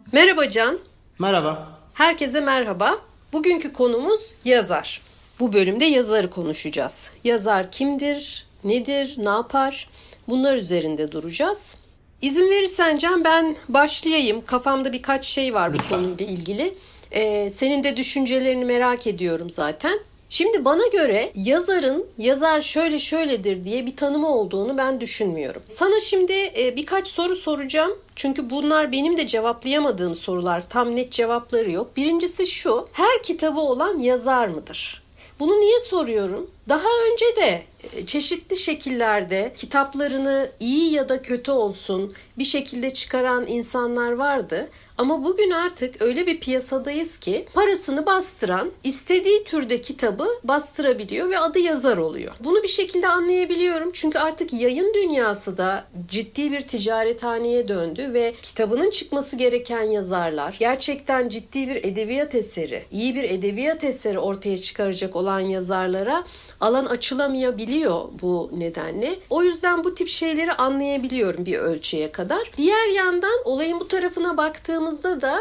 Merhaba Can. Merhaba. Herkese merhaba. Bugünkü konumuz yazar. Bu bölümde yazarı konuşacağız. Yazar kimdir, nedir, ne yapar? Bunlar üzerinde duracağız. İzin verirsen Can ben başlayayım. Kafamda birkaç şey var bu konuyla ilgili. Senin de düşüncelerini merak ediyorum zaten. Şimdi bana göre yazar şöyle şöyledir diye bir tanımı olduğunu ben düşünmüyorum. Sana şimdi birkaç soru soracağım. Çünkü bunlar benim de cevaplayamadığım sorular. Tam net cevapları yok. Birincisi şu: her kitabı olan yazar mıdır? Bunu niye soruyorum? Daha önce de çeşitli şekillerde kitaplarını iyi ya da kötü olsun bir şekilde çıkaran insanlar vardı. Ama bugün artık öyle bir piyasadayız ki parasını bastıran istediği türde kitabı bastırabiliyor ve adı yazar oluyor. Bunu bir şekilde anlayabiliyorum. Çünkü artık yayın dünyası da ciddi bir ticarethaneye döndü ve kitabının çıkması gereken yazarlar, gerçekten ciddi bir edebiyat eseri, iyi bir edebiyat eseri ortaya çıkaracak olan yazarlara alan açılamayabiliyor bu nedenle. O yüzden bu tip şeyleri anlayabiliyorum bir ölçüye kadar. Diğer yandan olayın bu tarafına baktığımızda da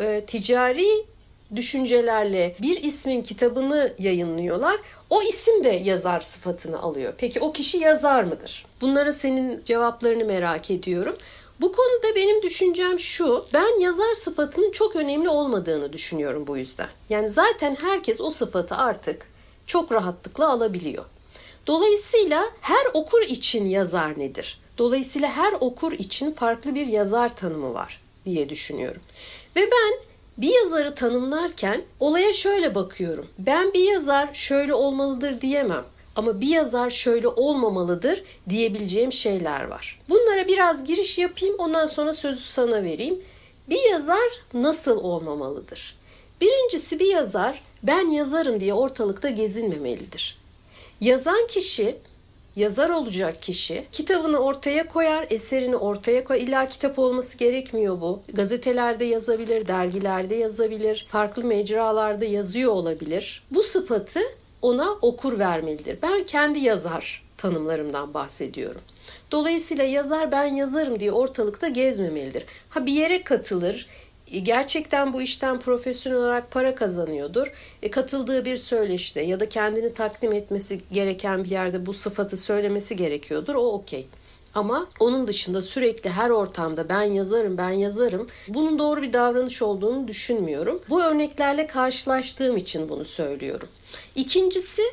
ticari düşüncelerle bir ismin kitabını yayınlıyorlar. O isim de yazar sıfatını alıyor. Peki o kişi yazar mıdır? Bunlara senin cevaplarını merak ediyorum. Bu konuda benim düşüncem şu: ben yazar sıfatının çok önemli olmadığını düşünüyorum bu yüzden. Yani zaten herkes o sıfatı artık çok rahatlıkla alabiliyor. Dolayısıyla her okur için yazar nedir? Dolayısıyla her okur için farklı bir yazar tanımı var diye düşünüyorum. Ve ben bir yazarı tanımlarken olaya şöyle bakıyorum. Ben bir yazar şöyle olmalıdır diyemem. Ama bir yazar şöyle olmamalıdır diyebileceğim şeyler var. Bunlara biraz giriş yapayım, ondan sonra sözü sana vereyim. Bir yazar nasıl olmamalıdır? Birincisi, bir yazar ben yazarım diye ortalıkta gezinmemelidir. Yazan kişi, yazar olacak kişi kitabını ortaya koyar, eserini ortaya koyar. İlla kitap olması gerekmiyor bu. Gazetelerde yazabilir, dergilerde yazabilir, farklı mecralarda yazıyor olabilir. Bu sıfatı ona okur vermelidir. Ben kendi yazar tanımlarımdan bahsediyorum. Dolayısıyla yazar ben yazarım diye ortalıkta gezmemelidir. Bir yere katılır, gerçekten bu işten profesyonel olarak para kazanıyordur. Katıldığı bir söyleşide ya da kendini takdim etmesi gereken bir yerde bu sıfatı söylemesi gerekiyordur. O okey. Ama onun dışında sürekli her ortamda ben yazarım, bunun doğru bir davranış olduğunu düşünmüyorum. Bu örneklerle karşılaştığım için bunu söylüyorum. İkincisi,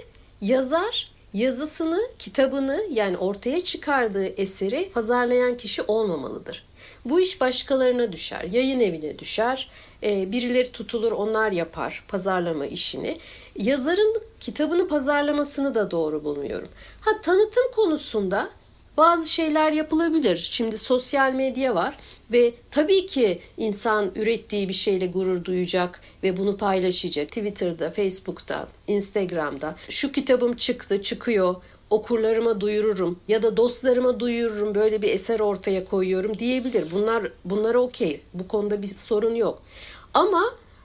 yazar yazısını, kitabını, yani ortaya çıkardığı eseri pazarlayan kişi olmamalıdır. Bu iş başkalarına düşer, yayın evine düşer, birileri tutulur, onlar yapar pazarlama işini. Yazarın kitabını pazarlamasını da doğru bulmuyorum. Tanıtım konusunda bazı şeyler yapılabilir. Şimdi sosyal medya var ve tabii ki insan ürettiği bir şeyle gurur duyacak ve bunu paylaşacak. Twitter'da, Facebook'ta, Instagram'da şu kitabım çıkıyor, okurlarıma duyururum ya da dostlarıma duyururum, böyle bir eser ortaya koyuyorum diyebilir. Bunlara okey. Bu konuda bir sorun yok. Ama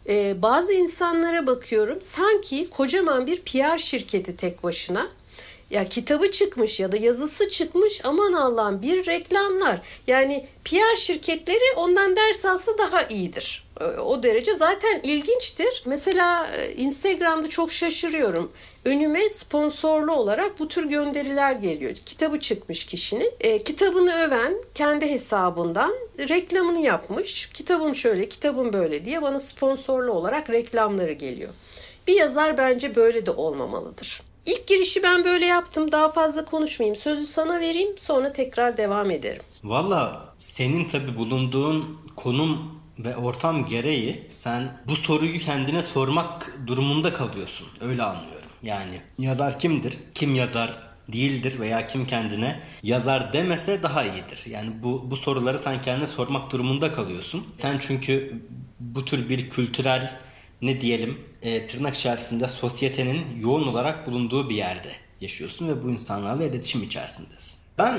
bazı insanlara bakıyorum, sanki kocaman bir PR şirketi tek başına. Ya kitabı çıkmış ya da yazısı çıkmış, aman Allah'ım, bir reklamlar. Yani PR şirketleri ondan ders alsa daha iyidir. O derece zaten ilginçtir. Mesela Instagram'da çok şaşırıyorum. Önüme sponsorlu olarak bu tür gönderiler geliyor. Kitabı çıkmış kişinin. Kitabını öven kendi hesabından reklamını yapmış. Kitabım şöyle, kitabım böyle diye bana sponsorlu olarak reklamları geliyor. Bir yazar bence böyle de olmamalıdır. İlk girişi ben böyle yaptım. Daha fazla konuşmayayım. Sözü sana vereyim, sonra tekrar devam ederim. Valla senin tabii bulunduğun konum ve ortam gereği sen bu soruyu kendine sormak durumunda kalıyorsun. Öyle anlıyorum. Yani yazar kimdir? Kim yazar değildir veya kim kendine yazar demese daha iyidir. Yani bu soruları sen kendine sormak durumunda kalıyorsun. Sen çünkü bu tür bir kültürel, ne diyelim, tırnak içerisinde sosyetenin yoğun olarak bulunduğu bir yerde yaşıyorsun ve bu insanlarla iletişim içerisindesin. Ben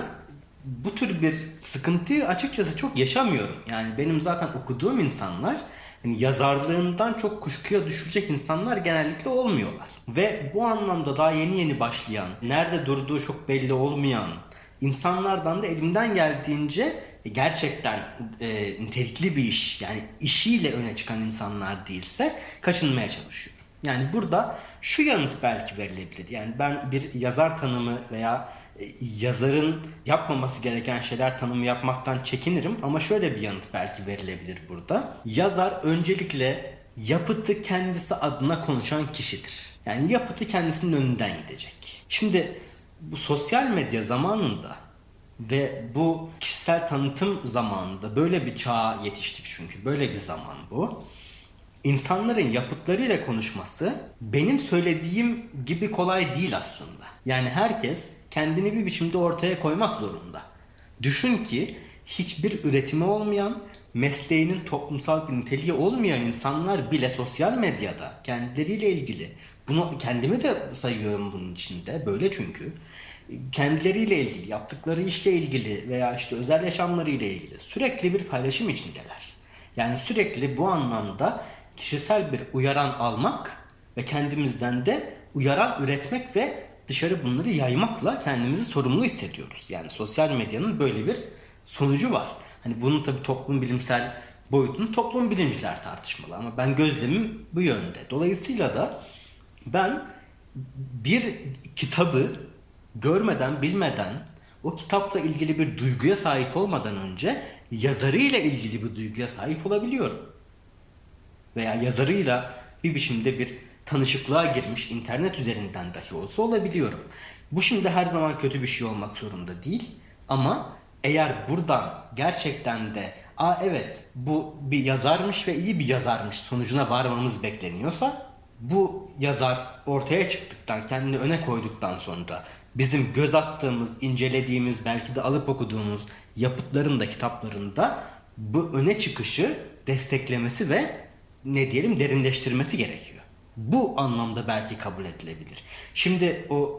bu tür bir sıkıntıyı açıkçası çok yaşamıyorum. Yani benim zaten okuduğum insanlar yazarlığından çok kuşkuya düşülecek insanlar genellikle olmuyorlar. Ve bu anlamda daha yeni başlayan, nerede durduğu çok belli olmayan insanlardan da elimden geldiğince gerçekten nitelikli bir iş, yani işiyle öne çıkan insanlar değilse kaçınmaya çalışıyorum. Yani burada şu yanıt belki verilebilir. Yani ben bir yazar tanımı veya yazarın yapmaması gereken şeyler tanımı yapmaktan çekinirim ama şöyle bir yanıt belki verilebilir burada. Yazar öncelikle yapıtı kendisi adına konuşan kişidir. Yani yapıtı kendisinin önünden gidecek. Şimdi bu sosyal medya zamanında ve bu kişisel tanıtım zamanında böyle bir çağa yetiştik, çünkü böyle bir zaman bu. İnsanların yapıtlarıyla konuşması benim söylediğim gibi kolay değil aslında. Yani herkes kendini bir biçimde ortaya koymak zorunda. Düşün ki hiçbir üretimi olmayan, mesleğinin toplumsal bir niteliği olmayan insanlar bile sosyal medyada kendileriyle ilgili, bunu kendimi de sayıyorum bunun içinde, böyle çünkü kendileriyle ilgili, yaptıkları işle ilgili veya işte özel yaşamlarıyla ilgili sürekli bir paylaşım içindeler. Yani sürekli bu anlamda kişisel bir uyaran almak ve kendimizden de uyaran üretmek ve dışarı bunları yaymakla kendimizi sorumlu hissediyoruz. Yani sosyal medyanın böyle bir sonucu var. Hani bunun tabii toplum bilimsel boyutunu toplum bilimciler tartışmalı ama ben gözlemim bu yönde. Dolayısıyla da ben bir kitabı görmeden, bilmeden, o kitapla ilgili bir duyguya sahip olmadan önce yazarıyla ilgili bir duyguya sahip olabiliyorum. Veya yazarıyla bir biçimde bir tanışıklığa girmiş, internet üzerinden dahi olsa olabiliyorum. Bu şimdi her zaman kötü bir şey olmak zorunda değil. Ama eğer buradan gerçekten de evet bu bir yazarmış ve iyi bir yazarmış sonucuna varmamız bekleniyorsa, bu yazar ortaya çıktıktan, kendini öne koyduktan sonra bizim göz attığımız, incelediğimiz, belki de alıp okuduğumuz yapıtların da, kitaplarında bu öne çıkışı desteklemesi ve derinleştirmesi gerekiyor. Bu anlamda belki kabul edilebilir. Şimdi o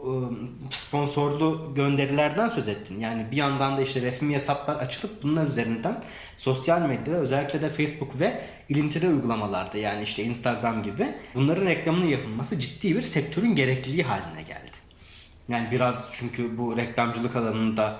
sponsorlu gönderilerden söz ettin. Yani bir yandan da işte resmi hesaplar açılıp bunlar üzerinden sosyal medyada, özellikle de Facebook ve ilintili uygulamalarda, yani işte Instagram gibi, bunların reklamının yapılması ciddi bir sektörün gerekliliği haline geldi. Yani biraz çünkü bu reklamcılık alanında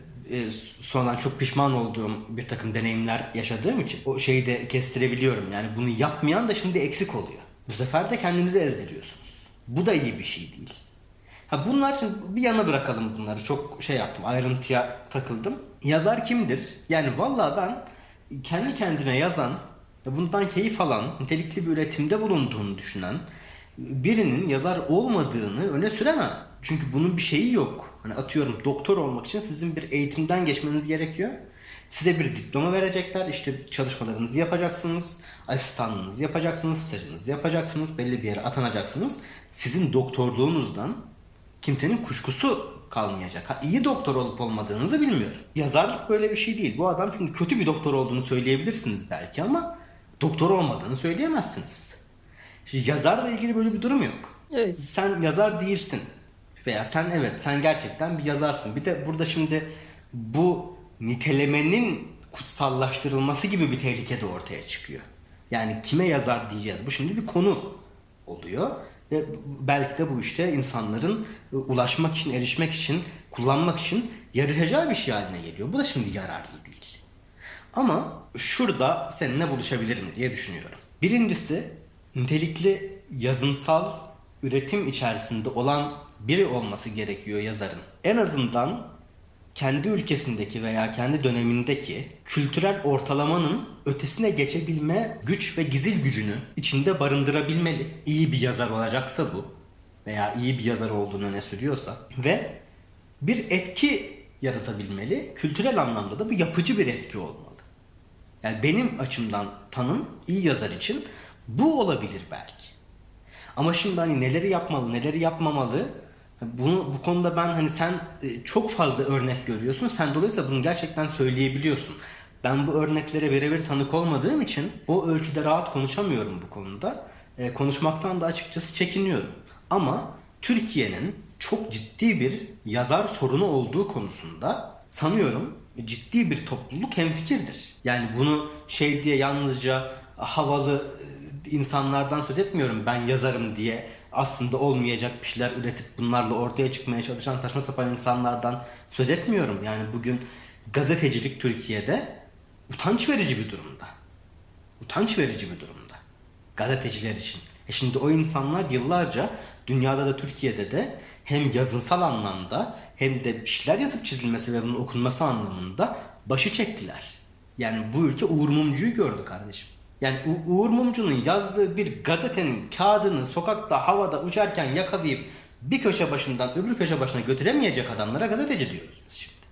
sonradan çok pişman olduğum bir takım deneyimler yaşadığım için o şeyi de kestirebiliyorum. Yani bunu yapmayan da şimdi eksik oluyor. Bu sefer de kendinizi ezdiriyorsunuz. Bu da iyi bir şey değil. Bunlar şimdi bir yana bırakalım bunları. Çok yaptım, ayrıntıya takıldım. Yazar kimdir? Yani vallahi ben kendi kendine yazan, bundan keyif alan, nitelikli bir üretimde bulunduğunu düşünen birinin yazar olmadığını öne süremem. Çünkü bunun bir şeyi yok. Hani atıyorum, doktor olmak için sizin bir eğitimden geçmeniz gerekiyor. Size bir diploma verecekler. İşte çalışmalarınızı yapacaksınız. Asistanlığınızı yapacaksınız. Stajınızı yapacaksınız. Belli bir yere atanacaksınız. Sizin doktorluğunuzdan kimsenin kuşkusu kalmayacak. İyi doktor olup olmadığınızı bilmiyorum. Yazarlık böyle bir şey değil. Bu adam şimdi kötü bir doktor olduğunu söyleyebilirsiniz belki ama doktor olmadığını söyleyemezsiniz. Şimdi yazarla ilgili böyle bir durum yok. Evet. Sen yazar değilsin. Veya sen gerçekten bir yazarsın. Bir de burada şimdi bu nitelemenin kutsallaştırılması gibi bir tehlike de ortaya çıkıyor. Yani kime yazar diyeceğiz. Bu şimdi bir konu oluyor. Ve belki de bu işte insanların ulaşmak için, erişmek için, kullanmak için yarışacağı bir şey haline geliyor. Bu da şimdi yararlı değil. Ama şurada seninle buluşabilirim diye düşünüyorum. Birincisi, nitelikli yazınsal üretim içerisinde olan biri olması gerekiyor yazarın. En azından kendi ülkesindeki veya kendi dönemindeki kültürel ortalamanın ötesine geçebilme güç ve gizil gücünü içinde barındırabilmeli. İyi bir yazar olacaksa bu, veya iyi bir yazar olduğunu öne sürüyorsa, ve bir etki yaratabilmeli. Kültürel anlamda da bu yapıcı bir etki olmalı. Yani benim açımdan tanım iyi yazar için bu olabilir belki. Ama şimdi hani neleri yapmalı, neleri yapmamalı, bu konuda ben sen çok fazla örnek görüyorsun. Sen dolayısıyla bunu gerçekten söyleyebiliyorsun. Ben bu örneklere birebir tanık olmadığım için o ölçüde rahat konuşamıyorum bu konuda. Konuşmaktan da açıkçası çekiniyorum. Ama Türkiye'nin çok ciddi bir yazar sorunu olduğu konusunda sanıyorum ciddi bir topluluk hemfikirdir. Yani bunu diye yalnızca havalı insanlardan söz etmiyorum, ben yazarım diye aslında olmayacak bir şeyler üretip bunlarla ortaya çıkmaya çalışan saçma sapan insanlardan söz etmiyorum. Yani bugün gazetecilik Türkiye'de utanç verici bir durumda. Utanç verici bir durumda. Gazeteciler için. Şimdi o insanlar yıllarca dünyada da Türkiye'de de hem yazınsal anlamda hem de bir şeyler yazıp çizilmesi ve bunun okunması anlamında başı çektiler. Yani bu ülke Uğur Mumcu'yu gördü kardeşim. Yani Uğur Mumcu'nun yazdığı bir gazetenin kağıdını sokakta havada uçarken yakalayıp bir köşe başından öbür köşe başına götüremeyecek adamlara gazeteci diyoruz biz şimdi.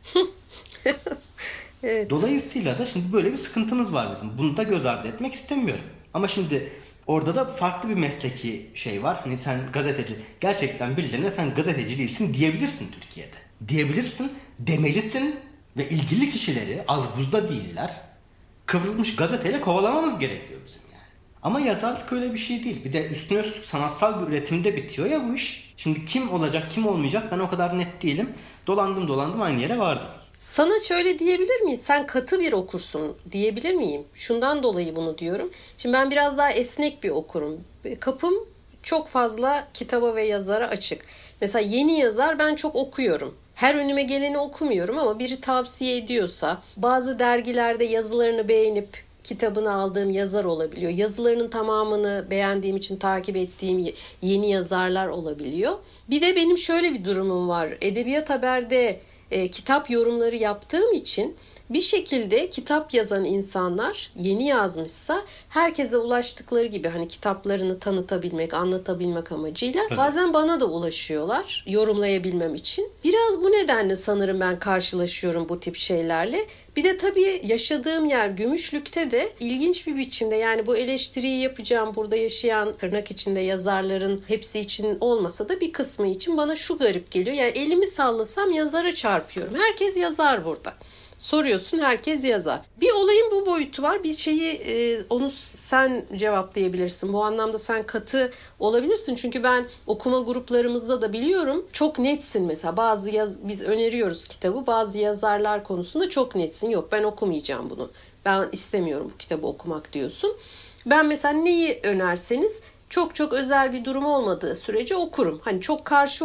Evet. Dolayısıyla da şimdi böyle bir sıkıntımız var bizim. Bunu da göz ardı etmek istemiyorum. Ama şimdi orada da farklı bir mesleki şey var. Hani sen gazeteci, gerçekten birilerine sen gazeteci değilsin diyebilirsin Türkiye'de. Diyebilirsin, demelisin ve ilgili kişileri, az buzda değiller, kıvrılmış gazeteyle kovalamamız gerekiyor bizim yani. Ama yazarlık öyle bir şey değil. Bir de üstüne üstlük sanatsal bir üretimde bitiyor ya bu iş. Şimdi kim olacak, kim olmayacak ben o kadar net değilim. Dolandım aynı yere vardım. Sana şöyle diyebilir miyiz? Sen katı bir okursun diyebilir miyim? Şundan dolayı bunu diyorum. Şimdi ben biraz daha esnek bir okurum. Kapım çok fazla kitaba ve yazara açık. Mesela yeni yazar ben çok okuyorum. Her önüme geleni okumuyorum ama biri tavsiye ediyorsa, bazı dergilerde yazılarını beğenip kitabını aldığım yazar olabiliyor. Yazılarının tamamını beğendiğim için takip ettiğim yeni yazarlar olabiliyor. Bir de benim şöyle bir durumum var. Edebiyat Haber'de kitap yorumları yaptığım için bir şekilde kitap yazan insanlar yeni yazmışsa herkese ulaştıkları gibi hani kitaplarını tanıtabilmek, anlatabilmek amacıyla bazen bana da ulaşıyorlar yorumlayabilmem için. Biraz bu nedenle sanırım ben karşılaşıyorum bu tip şeylerle. Bir de tabii yaşadığım yer Gümüşlük'te de ilginç bir biçimde, yani bu eleştiriyi yapacağım burada yaşayan tırnak içinde yazarların hepsi için olmasa da bir kısmı için bana şu garip geliyor. Yani elimi sallasam yazara çarpıyorum. Herkes yazar burada. Soruyorsun, herkes yazar. Bir olayın bu boyutu var. Bir şeyi onu sen cevaplayabilirsin. Bu anlamda sen katı olabilirsin. Çünkü ben okuma gruplarımızda da biliyorum. Çok netsin mesela. Biz öneriyoruz kitabı. Bazı yazarlar konusunda çok netsin. Yok, ben okumayacağım bunu. Ben istemiyorum bu kitabı okumak diyorsun. Ben mesela neyi önerseniz çok özel bir durum olmadığı sürece okurum. Hani çok karşı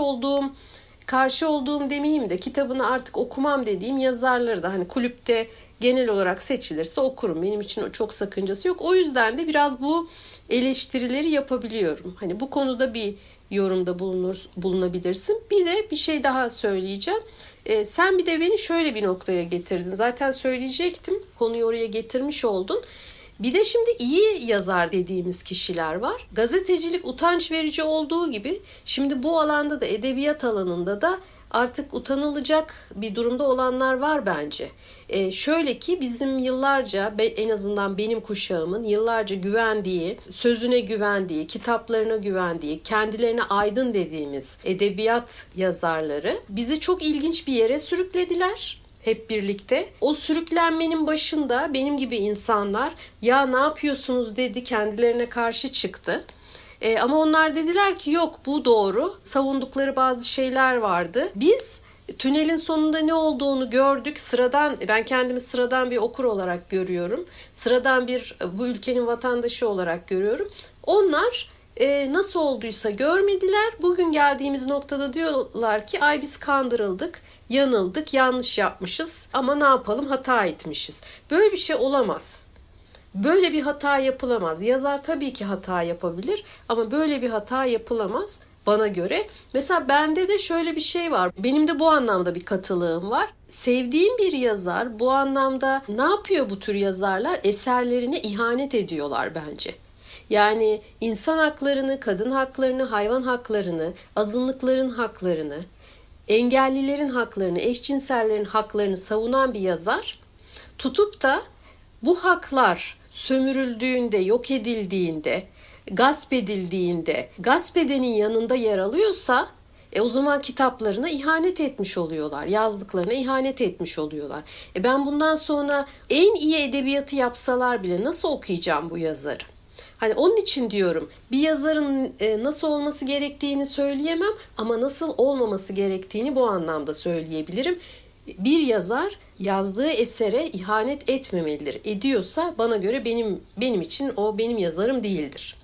olduğum demeyeyim de kitabını artık okumam dediğim yazarları da hani kulüpte genel olarak seçilirse okurum. Benim için çok sakıncası yok. O yüzden de biraz bu eleştirileri yapabiliyorum. Hani bu konuda bir yorumda bulunabilirsin. Bir de bir şey daha söyleyeceğim. Sen bir de beni şöyle bir noktaya getirdin. Zaten söyleyecektim. Konuyu oraya getirmiş oldun. Bir de şimdi iyi yazar dediğimiz kişiler var. Gazetecilik utanç verici olduğu gibi şimdi bu alanda da, edebiyat alanında da artık utanılacak bir durumda olanlar var bence. Şöyle ki bizim yıllarca, en azından benim kuşağımın yıllarca güvendiği, sözüne güvendiği, kitaplarına güvendiği, kendilerine aydın dediğimiz edebiyat yazarları bizi çok ilginç bir yere sürüklediler. Hep birlikte. O sürüklenmenin başında benim gibi insanlar ya ne yapıyorsunuz dedi, kendilerine karşı çıktı. Ama onlar dediler ki yok, bu doğru. Savundukları bazı şeyler vardı. Biz tünelin sonunda ne olduğunu gördük. Ben kendimi sıradan bir okur olarak görüyorum. Sıradan bu ülkenin vatandaşı olarak görüyorum. Onlar nasıl olduysa görmediler. Bugün geldiğimiz noktada diyorlar ki ay biz kandırıldık, yanıldık, yanlış yapmışız ama ne yapalım, hata etmişiz. Böyle bir şey olamaz. Böyle bir hata yapılamaz. Yazar tabii ki hata yapabilir ama böyle bir hata yapılamaz bana göre. Mesela bende de şöyle bir şey var. Benim de bu anlamda bir katılığım var. Sevdiğim bir yazar bu anlamda ne yapıyor bu tür yazarlar? Eserlerine ihanet ediyorlar bence. Yani insan haklarını, kadın haklarını, hayvan haklarını, azınlıkların haklarını, engellilerin haklarını, eşcinsellerin haklarını savunan bir yazar tutup da bu haklar sömürüldüğünde, yok edildiğinde, gasp edildiğinde, gasp edenin yanında yer alıyorsa o zaman kitaplarına ihanet etmiş oluyorlar. Yazdıklarına ihanet etmiş oluyorlar. Ben bundan sonra en iyi edebiyatı yapsalar bile nasıl okuyacağım bu yazarı? Hani onun için diyorum, bir yazarın nasıl olması gerektiğini söyleyemem ama nasıl olmaması gerektiğini bu anlamda söyleyebilirim. Bir yazar yazdığı esere ihanet etmemelidir. Ediyorsa bana göre benim için o benim yazarım değildir.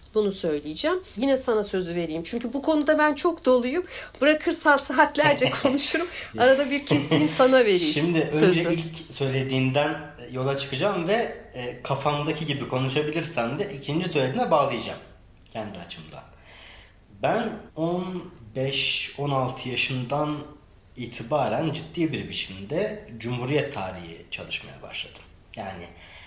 Bunu söyleyeceğim. Yine sana sözü vereyim. Çünkü bu konuda ben çok doluyum. Bırakırsan saatlerce konuşurum. Arada bir keseyim, sana vereyim Şimdi sözü. önce ilk söylediğiden yola çıkacağım ve kafamdaki gibi konuşabilirsem de ikinci söylediğine bağlayacağım kendi açımdan. Ben 15-16 yaşından itibaren ciddi bir biçimde Cumhuriyet tarihi çalışmaya başladım. Yani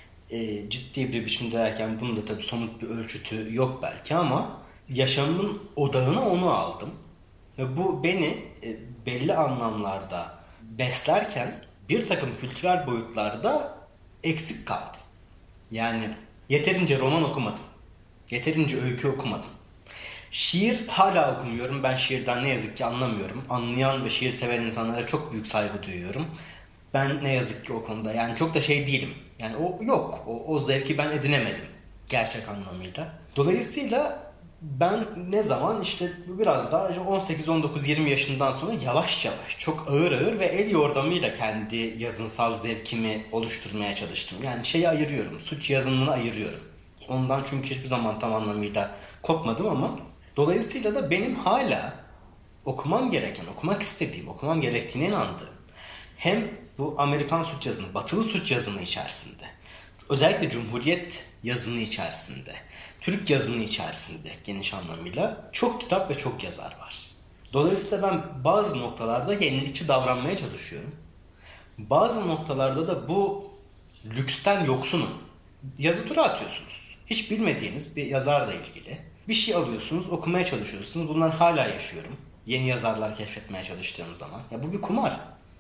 ciddi bir biçimde derken bunun da tabii somut bir ölçütü yok belki ama yaşamımın odağına onu aldım. Ve bu beni belli anlamlarda beslerken bir takım kültürel boyutlarda eksik kaldım. Yani yeterince roman okumadım. Yeterince öykü okumadım. Şiir hala okumuyorum. Ben şiirden ne yazık ki anlamıyorum. Anlayan ve şiir seven insanlara çok büyük saygı duyuyorum. Ben ne yazık ki o konuda yani çok da şey değilim. Yani o yok. O zevki ben edinemedim. Gerçek anlamıyla. Dolayısıyla ben ne zaman işte biraz daha 18, 19, 20 yaşından sonra yavaş yavaş çok ağır ağır ve el yordamıyla kendi yazınsal zevkimi oluşturmaya çalıştım. Yani şeyi ayırıyorum. Suç yazınını ayırıyorum. Ondan çünkü hiçbir zaman tam anlamıyla kopmadım ama dolayısıyla da benim hala okumam gereken, okumak istediğim, okumam gerektiğine inandığım hem bu Amerikan suç yazını, batılı suç yazını içerisinde, özellikle Cumhuriyet yazını içerisinde, Türk yazını içerisinde geniş anlamıyla çok kitap ve çok yazar var. Dolayısıyla ben bazı noktalarda yenilikçi davranmaya çalışıyorum. Bazı noktalarda da bu lüksten yoksunum. Yazı tura atıyorsunuz. Hiç bilmediğiniz bir yazarla ilgili bir şey alıyorsunuz, okumaya çalışıyorsunuz. Bundan hala yaşıyorum. Yeni yazarlar keşfetmeye çalıştığım zaman. Ya bu bir kumar.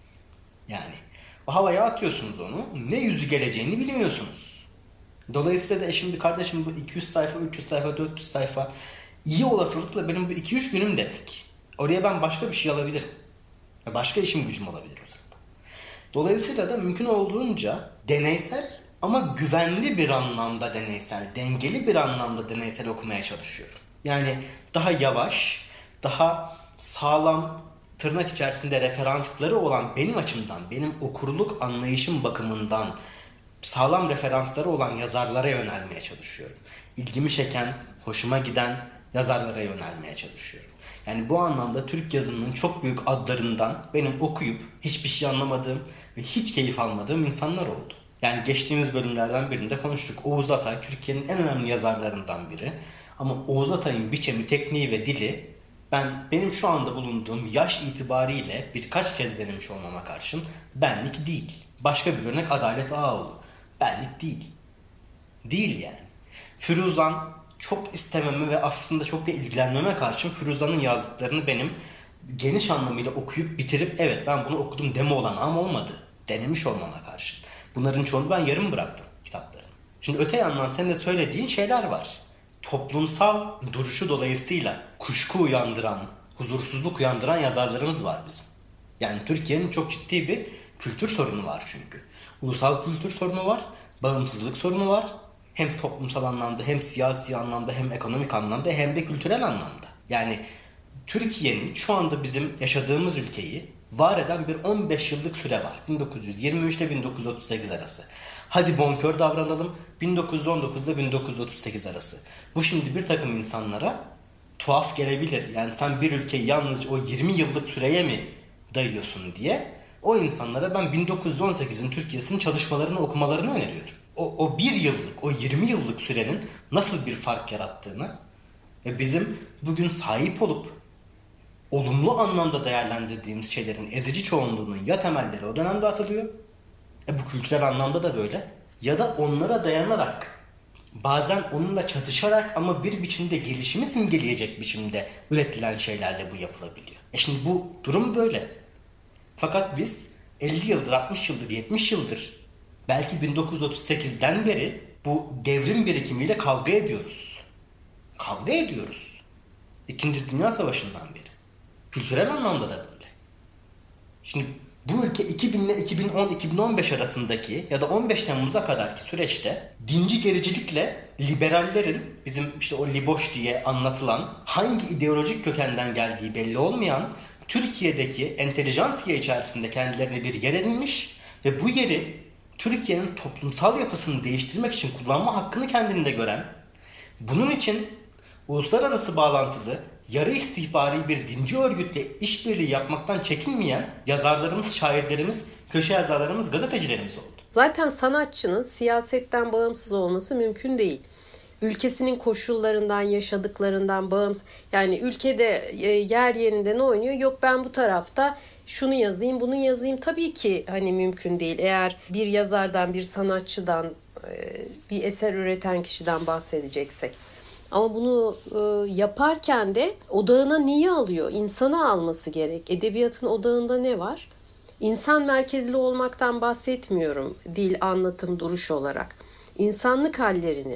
Yani o havaya atıyorsunuz onu. Ne yüzü geleceğini bilmiyorsunuz. Dolayısıyla da şimdi kardeşim bu 200 sayfa, 300 sayfa, 400 sayfa iyi olasılıkla benim bu 2-3 günüm demek. Oraya ben başka bir şey alabilirim. Başka işim gücüm olabilir o sırada. Dolayısıyla da mümkün olduğunca deneysel ama güvenli bir anlamda deneysel, dengeli bir anlamda deneysel okumaya çalışıyorum. Yani daha yavaş, daha sağlam, tırnak içerisinde referansları olan benim açımdan, benim okurluk anlayışım bakımından sağlam referansları olan yazarlara yönelmeye çalışıyorum. İlgimi çeken, hoşuma giden yazarlara yönelmeye çalışıyorum. Yani bu anlamda Türk yazımının çok büyük adlarından benim okuyup hiçbir şey anlamadığım ve hiç keyif almadığım insanlar oldu. Yani geçtiğimiz bölümlerden birinde konuştuk. Oğuz Atay Türkiye'nin en önemli yazarlarından biri. Ama Oğuz Atay'ın biçimi, tekniği ve dili benim şu anda bulunduğum yaş itibariyle birkaç kez denemiş olmama karşın benlik değil. Başka bir örnek Adalet Ağaoğlu. Benlik değil. Değil yani. Firuzan çok istememe ve aslında çok da ilgilenmeme karşın Firuzan'ın yazdıklarını benim geniş anlamıyla okuyup bitirip evet ben bunu okudum deme olanağım olmadı. Denemiş olmama karşın. Bunların çoğunu ben yarım bıraktım kitaplarını. Şimdi öte yandan senin de söylediğin şeyler var. Toplumsal duruşu dolayısıyla kuşku uyandıran, huzursuzluk uyandıran yazarlarımız var bizim. Yani Türkiye'nin çok ciddi bir kültür sorunu var çünkü. Ulusal kültür sorunu var, bağımsızlık sorunu var. Hem toplumsal anlamda, hem siyasi anlamda, hem ekonomik anlamda, hem de kültürel anlamda. Yani Türkiye'nin şu anda bizim yaşadığımız ülkeyi var eden bir 15 yıllık süre var. 1923 ile 1938 arası. Hadi bonkör davranalım. 1919 ile 1938 arası. Bu şimdi bir takım insanlara tuhaf gelebilir. Yani sen bir ülkeyi yalnızca o 20 yıllık süreye mi dayıyorsun diye o insanlara ben 1918'in Türkiye'sinin çalışmalarını okumalarını öneriyorum. O bir yıllık, o 20 yıllık sürenin nasıl bir fark yarattığını ve bizim bugün sahip olup olumlu anlamda değerlendirdiğimiz şeylerin ezici çoğunluğunun ya temelleri o dönemde atılıyor. Bu kültürel anlamda da böyle. Ya da onlara dayanarak bazen onunla çatışarak ama bir biçimde gelişimi simgeleyecek biçimde üretilen şeylerle bu yapılabiliyor. Şimdi bu durum böyle. Fakat biz 50 yıldır, 60 yıldır, 70 yıldır belki 1938'den beri bu devrim birikimiyle kavga ediyoruz. Kavga ediyoruz. İkinci Dünya Savaşı'ndan beri. Kültürel anlamda da böyle. Şimdi bu ülke 2000 ile 2010-2015 arasındaki ya da 15 Temmuz'a kadarki süreçte dinci gericilikle liberallerin bizim işte o liboş diye anlatılan hangi ideolojik kökenden geldiği belli olmayan Türkiye'deki entelijansiye içerisinde kendilerine bir yer edinmiş ve bu yeri Türkiye'nin toplumsal yapısını değiştirmek için kullanma hakkını kendinde gören, bunun için uluslararası bağlantılı, yarı istihbari bir dinci örgütle işbirliği yapmaktan çekinmeyen yazarlarımız, şairlerimiz, köşe yazarlarımız, gazetecilerimiz oldu. Zaten sanatçının siyasetten bağımsız olması mümkün değil. Ülkesinin koşullarından, yaşadıklarından bağımsız. Yani ülkede yer yerinde ne oynuyor? Yok ben bu tarafta şunu yazayım, bunu yazayım. Tabii ki hani mümkün değil. Eğer bir yazardan, bir sanatçıdan, bir eser üreten kişiden bahsedeceksek. Ama bunu yaparken de odağına niye alıyor? İnsanı alması gerek. Edebiyatın odağında ne var? İnsan merkezli olmaktan bahsetmiyorum dil, anlatım, duruş olarak. İnsanlık hallerini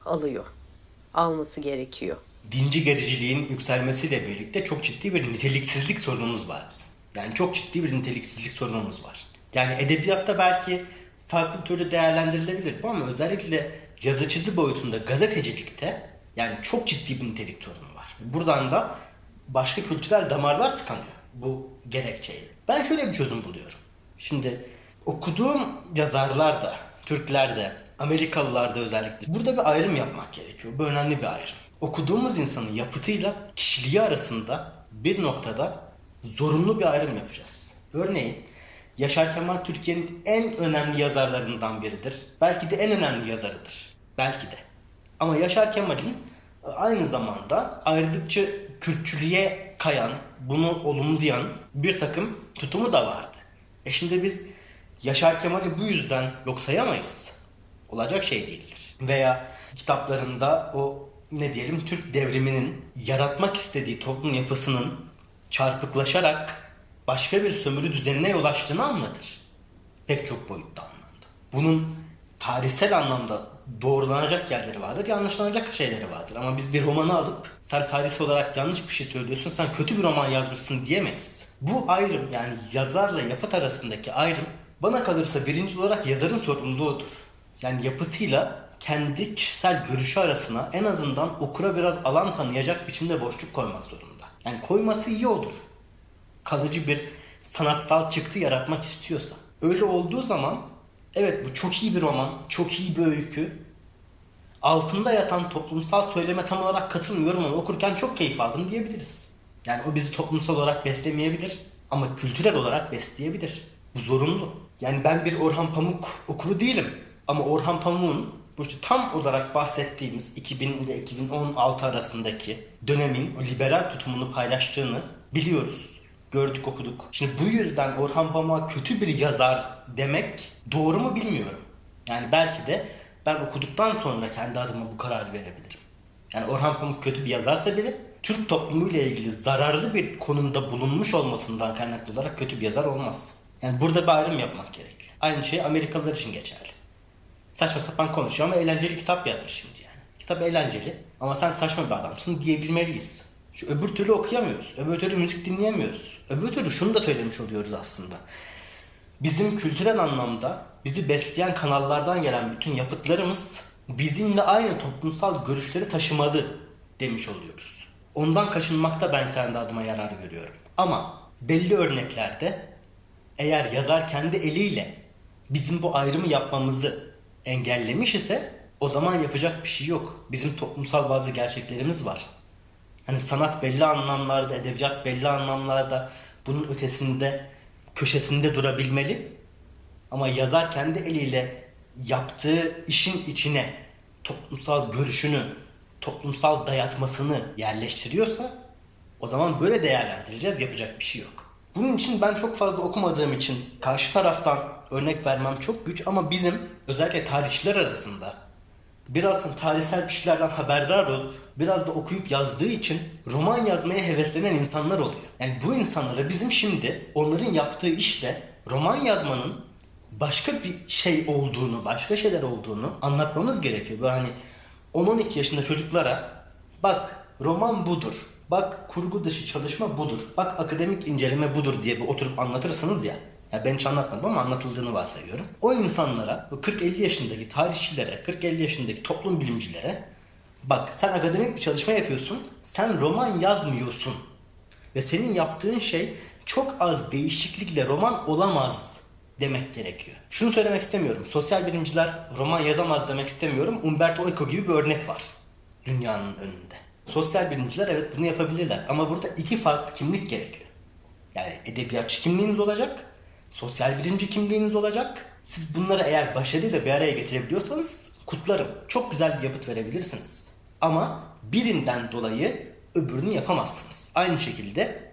alması gerekiyor. Dinci gericiliğin yükselmesiyle birlikte çok ciddi bir niteliksizlik sorunumuz var bizim. Yani çok ciddi bir niteliksizlik sorunumuz var. Yani edebiyatta belki farklı türlü değerlendirilebilir bu ama özellikle yazı çizi boyutunda, gazetecilikte yani çok ciddi bir nitelik sorunu var. Buradan da başka kültürel damarlar tıkanıyor bu gerekçeyle. Ben şöyle bir çözüm buluyorum. Şimdi okuduğum yazarlar da, Türkler de, Amerikalılar da özellikle burada bir ayrım yapmak gerekiyor. Bu önemli bir ayrım. Okuduğumuz insanın yapıtıyla kişiliği arasında bir noktada zorunlu bir ayrım yapacağız. Örneğin Yaşar Kemal Türkiye'nin en önemli yazarlarından biridir. Belki de en önemli yazarıdır. Belki de. Ama Yaşar Kemal'in aynı zamanda ayrılıkçı Kürtçülüğe kayan, bunu olumlayan bir takım tutumu da vardı. Şimdi biz Yaşar Kemal'i bu yüzden yok sayamayız. Olacak şey değildir. Veya kitaplarında o Türk devriminin yaratmak istediği toplum yapısının çarpıklaşarak başka bir sömürü düzenine yol açtığını anlatır. Pek çok boyutta anlamda. Bunun tarihsel anlamda doğrulanacak yerleri vardır, yanlışlanacak şeyleri vardır. Ama biz bir romanı alıp sen tarihsel olarak yanlış bir şey söylüyorsun, sen kötü bir roman yazmışsın diyemeyiz. Bu ayrım yani yazarla yapıt arasındaki ayrım bana kalırsa birinci olarak yazarın sorumluluğudur. Yani yapıtıyla kendi kişisel görüşü arasına en azından okura biraz alan tanıyacak biçimde boşluk koymak zorunda. Yani koyması iyi olur. Kalıcı bir sanatsal çıktı yaratmak istiyorsa. Öyle olduğu zaman evet bu çok iyi bir roman, çok iyi bir öykü. Altında yatan toplumsal söyleme tam olarak katılmıyorum ama okurken çok keyif aldım diyebiliriz. Yani o bizi toplumsal olarak beslemeyebilir ama kültürel olarak besleyebilir. Bu zorunlu. Yani ben bir Orhan Pamuk okuru değilim. Ama Orhan Pamuk'un bu işte tam olarak bahsettiğimiz 2000 ile 2016 arasındaki dönemin o liberal tutumunu paylaştığını biliyoruz. Gördük, okuduk. Şimdi bu yüzden Orhan Pamuk'a kötü bir yazar demek doğru mu bilmiyorum. Yani belki de ben okuduktan sonra kendi adıma bu kararı verebilirim. Yani Orhan Pamuk kötü bir yazarsa bile Türk toplumuyla ilgili zararlı bir konumda bulunmuş olmasından kaynaklı olarak kötü bir yazar olmaz. Yani burada bir ayrım yapmak gerekiyor. Aynı şey Amerikalılar için geçerli. Saçma sapan konuşuyor ama eğlenceli kitap yazmış şimdi yani. Kitap eğlenceli ama sen saçma bir adamsın diyebilmeliyiz. Şu öbür türlü okuyamıyoruz. Öbür türlü müzik dinleyemiyoruz. Öbür türlü şunu da söylemiş oluyoruz aslında. Bizim kültürel anlamda bizi besleyen kanallardan gelen bütün yapıtlarımız bizimle aynı toplumsal görüşleri taşımalı demiş oluyoruz. Ondan kaçınmakta ben kendi adıma yarar görüyorum. Ama belli örneklerde eğer yazar kendi eliyle bizim bu ayrımı yapmamızı engellemiş ise o zaman yapacak bir şey yok. Bizim toplumsal bazı gerçeklerimiz var. Hani sanat belli anlamlarda, edebiyat belli anlamlarda bunun ötesinde, köşesinde durabilmeli. Ama yazar kendi eliyle yaptığı işin içine toplumsal görüşünü, toplumsal dayatmasını yerleştiriyorsa o zaman böyle değerlendireceğiz, yapacak bir şey yok. Bunun için ben çok fazla okumadığım için karşı taraftan örnek vermem çok güç ama bizim özellikle tarihçiler arasında biraz tarihsel bir şeylerden haberdar olup biraz da okuyup yazdığı için roman yazmaya heveslenen insanlar oluyor. Yani bu insanlara bizim şimdi onların yaptığı işle roman yazmanın başka bir şey olduğunu, başka şeyler olduğunu anlatmamız gerekiyor. Böyle hani 10-12 yaşında çocuklara bak roman budur, bak kurgu dışı çalışma budur, bak akademik inceleme budur diye bir oturup anlatırsınız ya. Ya ben hiç anlatmadım ama anlatıldığını varsayıyorum. O insanlara, 40-50 yaşındaki tarihçilere, 40-50 yaşındaki toplum bilimcilere bak sen akademik bir çalışma yapıyorsun, sen roman yazmıyorsun. Ve senin yaptığın şey çok az değişiklikle roman olamaz demek gerekiyor. Şunu söylemek istemiyorum. Sosyal bilimciler roman yazamaz demek istemiyorum. Umberto Eco gibi bir örnek var dünyanın önünde. Sosyal bilimciler evet bunu yapabilirler ama burada iki farklı kimlik gerekiyor. Yani edebiyatçı kimliğiniz olacak, sosyal bilimci kimliğiniz olacak. Siz bunları eğer başarıyla bir araya getirebiliyorsanız kutlarım. Çok güzel bir yapıt verebilirsiniz. Ama birinden dolayı öbürünü yapamazsınız. Aynı şekilde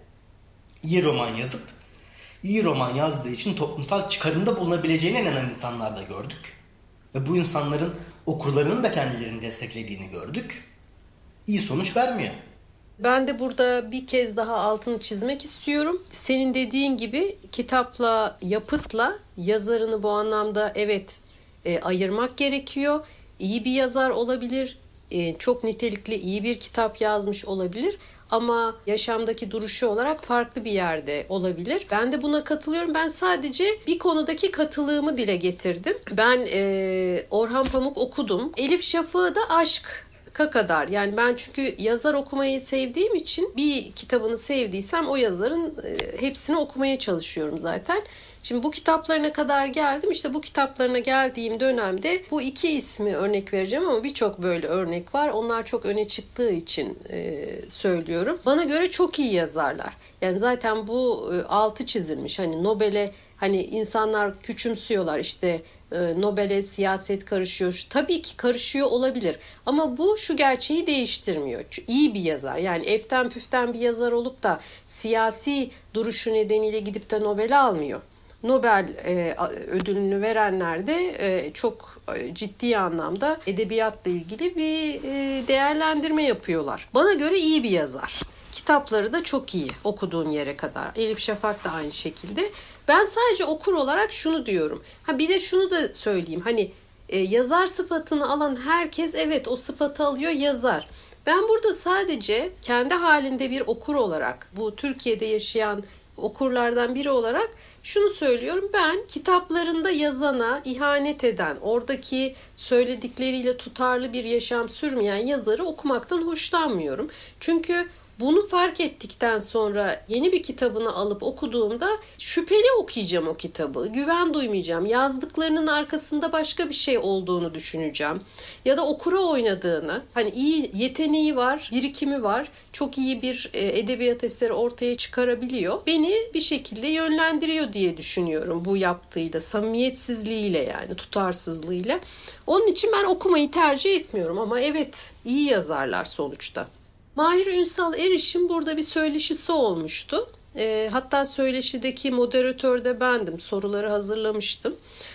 iyi roman yazıp iyi roman yazdığı için toplumsal çıkarımda bulunabileceğine inanan insanlar da gördük. Ve bu insanların okurlarının da kendilerini desteklediğini gördük. İyi sonuç vermiyor. Ben de burada bir kez daha altını çizmek istiyorum. Senin dediğin gibi kitapla, yapıtla yazarını bu anlamda evet ayırmak gerekiyor. İyi bir yazar olabilir, çok nitelikli iyi bir kitap yazmış olabilir. Ama yaşamdaki duruşu olarak farklı bir yerde olabilir. Ben de buna katılıyorum. Ben sadece bir konudaki katılığımı dile getirdim. Ben Orhan Pamuk okudum. Elif Şafak'ı da aşk kadar. Yani ben çünkü yazar okumayı sevdiğim için bir kitabını sevdiysem o yazarın hepsini okumaya çalışıyorum zaten. Şimdi bu kitaplarına kadar geldim. İşte bu kitaplarına geldiğim dönemde bu iki ismi örnek vereceğim ama birçok böyle örnek var. Onlar çok öne çıktığı için söylüyorum. Bana göre çok iyi yazarlar. Yani zaten bu altı çizilmiş. Hani Nobel'e hani insanlar küçümsüyorlar işte Nobel'e siyaset karışıyor. Tabii ki karışıyor olabilir. Ama bu şu gerçeği değiştirmiyor. İyi bir yazar yani eften püften bir yazar olup da siyasi duruşu nedeniyle gidip de Nobel'i almıyor. Nobel ödülünü verenler de çok ciddi anlamda edebiyatla ilgili bir değerlendirme yapıyorlar. Bana göre iyi bir yazar. Kitapları da çok iyi okuduğun yere kadar. Elif Şafak da aynı şekilde. Ben sadece okur olarak şunu diyorum. Bir de şunu da söyleyeyim. Hani yazar sıfatını alan herkes evet o sıfatı alıyor yazar. Ben burada sadece kendi halinde bir okur olarak bu Türkiye'de yaşayan okurlardan biri olarak şunu söylüyorum. Ben kitaplarında yazana ihanet eden, oradaki söyledikleriyle tutarlı bir yaşam sürmeyen yazarı okumaktan hoşlanmıyorum. Çünkü bunu fark ettikten sonra yeni bir kitabını alıp okuduğumda şüpheli okuyacağım o kitabı. Güven duymayacağım. Yazdıklarının arkasında başka bir şey olduğunu düşüneceğim. Ya da okura oynadığını, hani iyi yeteneği var, birikimi var. Çok iyi bir edebiyat eseri ortaya çıkarabiliyor. Beni bir şekilde yönlendiriyor diye düşünüyorum bu yaptığıyla, samimiyetsizliğiyle yani tutarsızlığıyla. Onun için ben okumayı tercih etmiyorum ama evet iyi yazarlar sonuçta. Mahir Ünsal Eriş'in burada bir söyleşisi olmuştu. Hatta söyleşideki moderatör de bendim. Soruları hazırlamıştım.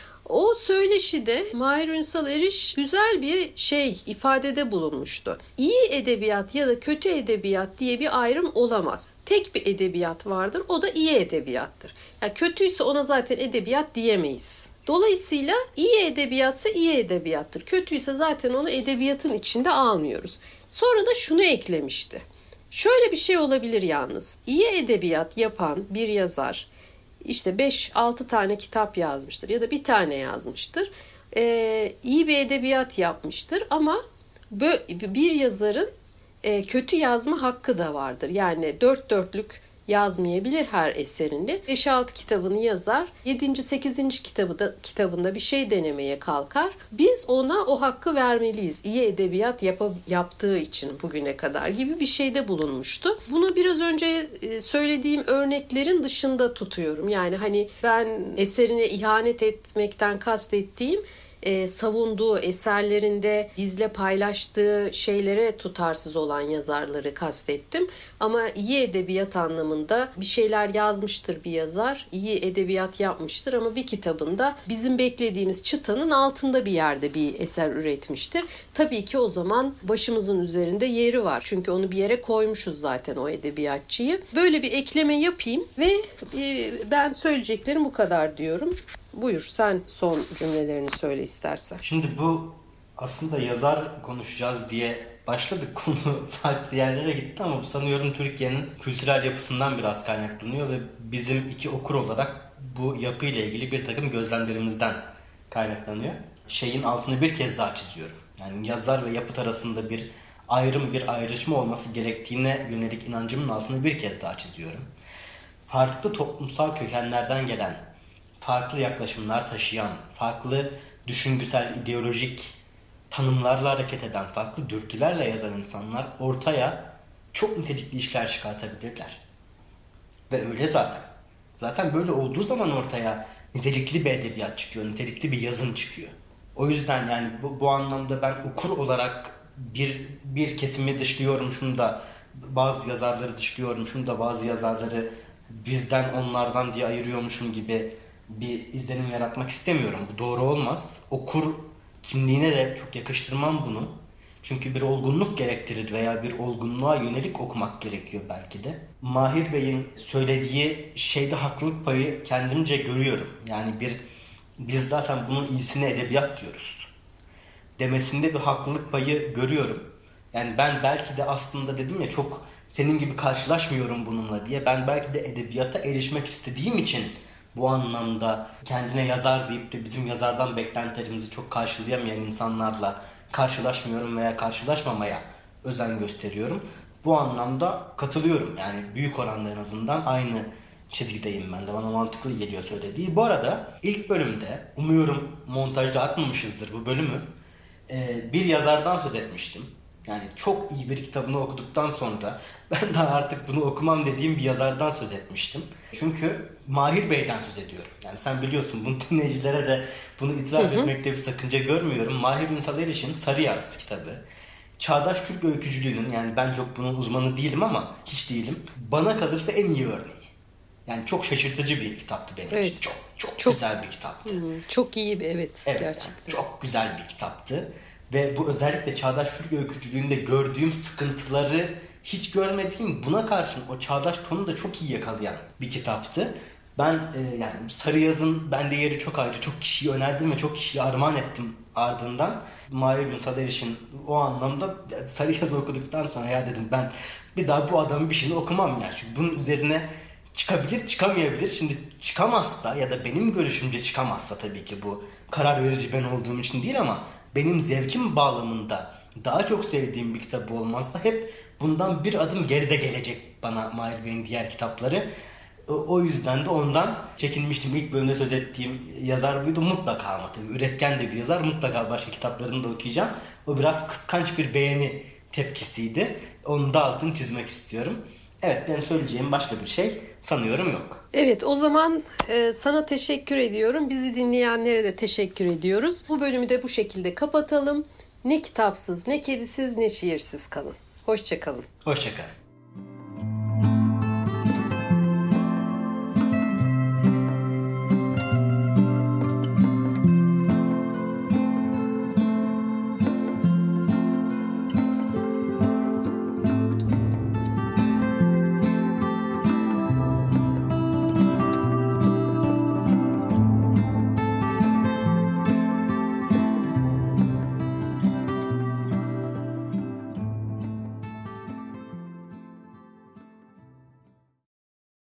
O söyleşide Mahir Ünsal Eriş güzel bir ifadede bulunmuştu. İyi edebiyat ya da kötü edebiyat diye bir ayrım olamaz. Tek bir edebiyat vardır. O da iyi edebiyattır. Yani kötüyse ona zaten edebiyat diyemeyiz. Dolayısıyla iyi edebiyatsa iyi edebiyattır. Kötüyse zaten onu edebiyatın içinde almıyoruz. Sonra da şunu eklemişti. Şöyle bir şey olabilir yalnız. İyi edebiyat yapan bir yazar işte 5-6 tane kitap yazmıştır ya da bir tane yazmıştır. İyi bir edebiyat yapmıştır ama bir yazarın kötü yazma hakkı da vardır. Yani dört dörtlük yazmayabilir her eserinde. 5-6 kitabını yazar. 7. 8. kitabında bir şey denemeye kalkar. Biz ona o hakkı vermeliyiz. İyi edebiyat yaptığı için bugüne kadar gibi bir şeyde bulunmuştu. Bunu biraz önce söylediğim örneklerin dışında tutuyorum. Yani hani ben eserine ihanet etmekten kastettiğim savunduğu eserlerinde bizle paylaştığı şeylere tutarsız olan yazarları kastettim. Ama iyi edebiyat anlamında bir şeyler yazmıştır bir yazar, iyi edebiyat yapmıştır ama bir kitabında bizim beklediğimiz çıtanın altında bir yerde bir eser üretmiştir. Tabii ki o zaman başımızın üzerinde yeri var. Çünkü onu bir yere koymuşuz zaten o edebiyatçıyı. Böyle bir ekleme yapayım ve ben söyleyeceklerim bu kadar diyorum. Buyur sen son cümlelerini söyle istersen. Şimdi bu aslında yazar konuşacağız diye başladık, konu farklı yerlere gitti ama bu sanıyorum Türkiye'nin kültürel yapısından biraz kaynaklanıyor ve bizim iki okur olarak bu yapıyla ilgili bir takım gözlemlerimizden kaynaklanıyor. Şeyin altını bir kez daha çiziyorum. Yani yazar ve yapıt arasında bir ayrım, bir ayrışma olması gerektiğine yönelik inancımın altını bir kez daha çiziyorum. Farklı toplumsal kökenlerden gelen, farklı yaklaşımlar taşıyan, farklı düşüngüsel, ideolojik tanımlarla hareket eden, farklı dürtülerle yazan insanlar ortaya çok nitelikli işler çıkartabilirler. Ve öyle zaten. Zaten böyle olduğu zaman ortaya nitelikli bir edebiyat çıkıyor, nitelikli bir yazım çıkıyor. O yüzden yani bu anlamda ben okur olarak bir kesimi dışlıyormuşum da bazı yazarları dışlıyormuşum da bazı yazarları bizden onlardan diye ayırıyormuşum gibi bir izlenim yaratmak istemiyorum. Bu doğru olmaz. Okur kimliğine de çok yakıştırmam bunu. Çünkü bir olgunluk gerektirir veya bir olgunluğa yönelik okumak gerekiyor belki de. Mahir Bey'in söylediği şeyde haklılık payı kendimce görüyorum. Yani biz zaten bunun iyisine edebiyat diyoruz demesinde bir haklılık payı görüyorum. Yani ben belki de aslında dedim ya çok senin gibi karşılaşmıyorum bununla diye. Ben belki de edebiyata erişmek istediğim için bu anlamda kendine yazar deyip de bizim yazardan beklentilerimizi çok karşılayamayan insanlarla karşılaşmıyorum veya karşılaşmamaya özen gösteriyorum. Bu anlamda katılıyorum. Yani büyük oranda en azından aynı çizgideyim ben de. Bana mantıklı geliyor söylediği. Bu arada ilk bölümde umuyorum montajda atmamışızdır bu bölümü. Bir yazardan söz etmiştim. Yani çok iyi bir kitabını okuduktan sonra ben daha artık bunu okumam dediğim bir yazardan söz etmiştim. Çünkü Mahir Bey'den söz ediyorum. Yani sen biliyorsun bunu dinleyicilere de bunu itiraf etmekte bir sakınca görmüyorum. Mahir Ünsal Eriş'in Sarı Yaz kitabı. Çağdaş Türk öykücülüğünün yani ben çok bunun uzmanı değilim ama hiç değilim. Bana kalırsa en iyi örneği. Yani çok şaşırtıcı bir kitaptı benim için. Çok güzel bir kitaptı. Çok iyi bir evet gerçekten. Yani çok güzel bir kitaptı. Ve bu özellikle Çağdaş Türk öykücülüğünde gördüğüm sıkıntıları hiç görmediğim buna karşın o çağdaş tonu da çok iyi yakalayan bir kitaptı. Ben yani Sarı Yaz'ın bende yeri çok ayrı. Çok kişiyi önerdim ve çok kişiye armağan ettim ardından. Mahir Ünsal Eriş'in o anlamda Sarı Yaz'ı okuduktan sonra ya dedim ben bir daha bu adamın bir şeyini okumam ya. Çünkü bunun üzerine çıkabilir, çıkamayabilir. Şimdi çıkamazsa ya da benim görüşümce çıkamazsa tabii ki bu karar verici ben olduğum için değil ama benim zevkim bağlamında daha çok sevdiğim bir kitap olmazsa hep bundan bir adım geride gelecek bana Mahir Bey'in diğer kitapları. O yüzden de ondan çekinmiştim. İlk bölümde söz ettiğim yazar buydu. Mutlaka ama tabii üretken de bir yazar. Mutlaka başka kitaplarını da okuyacağım. O biraz kıskanç bir beğeni tepkisiydi. Onu da altını çizmek istiyorum. Evet benim söyleyeceğim başka bir şey sanıyorum yok. Evet o zaman sana teşekkür ediyorum. Bizi dinleyenlere de teşekkür ediyoruz. Bu bölümü de bu şekilde kapatalım. Ne kitapsız, ne kedisiz, ne şiirsiz kalın. Hoşça kalın. Hoşça kalın.